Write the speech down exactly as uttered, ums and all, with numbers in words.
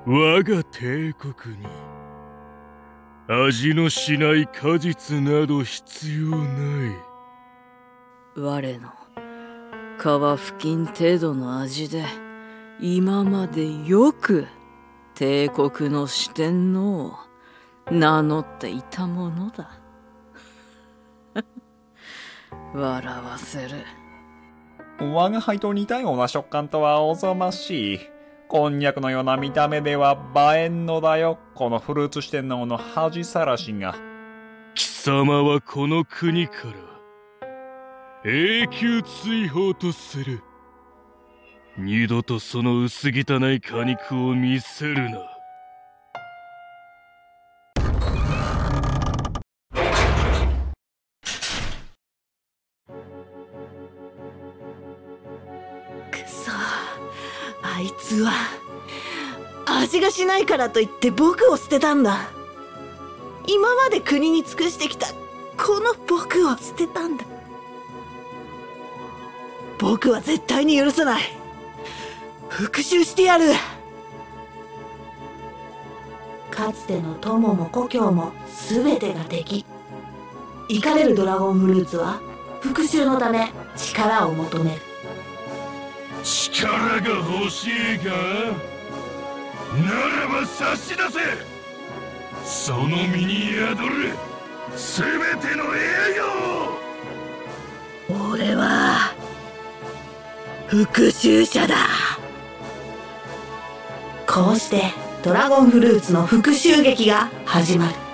我が帝国に味のしない果実など必要ない。 我の皮付近程度の味で今までよく帝国の四天王を名乗っていたものだ。笑わせる。 我が輩と似たような食感とはおぞましい。こんにゃくのような見た目では映えんのだよ、このフルーツ四天王の恥さらしが。 貴様はこの国から永久追放とする。二度とその薄汚い果肉を見せるな。 くそ、あいつは味がしないからといって僕を捨てたんだ。今まで国に尽くしてきたこの僕を捨てたんだ。僕は絶対に許さない。復讐してやる。かつての友も故郷も全てが敵。イカれるドラゴンフルーツは復讐のため力を求める。 力が欲しいか？ならば差し出せ。その身に宿る全ての栄養。俺は復讐者だ。こうしてドラゴンフルーツの復讐劇が始まる。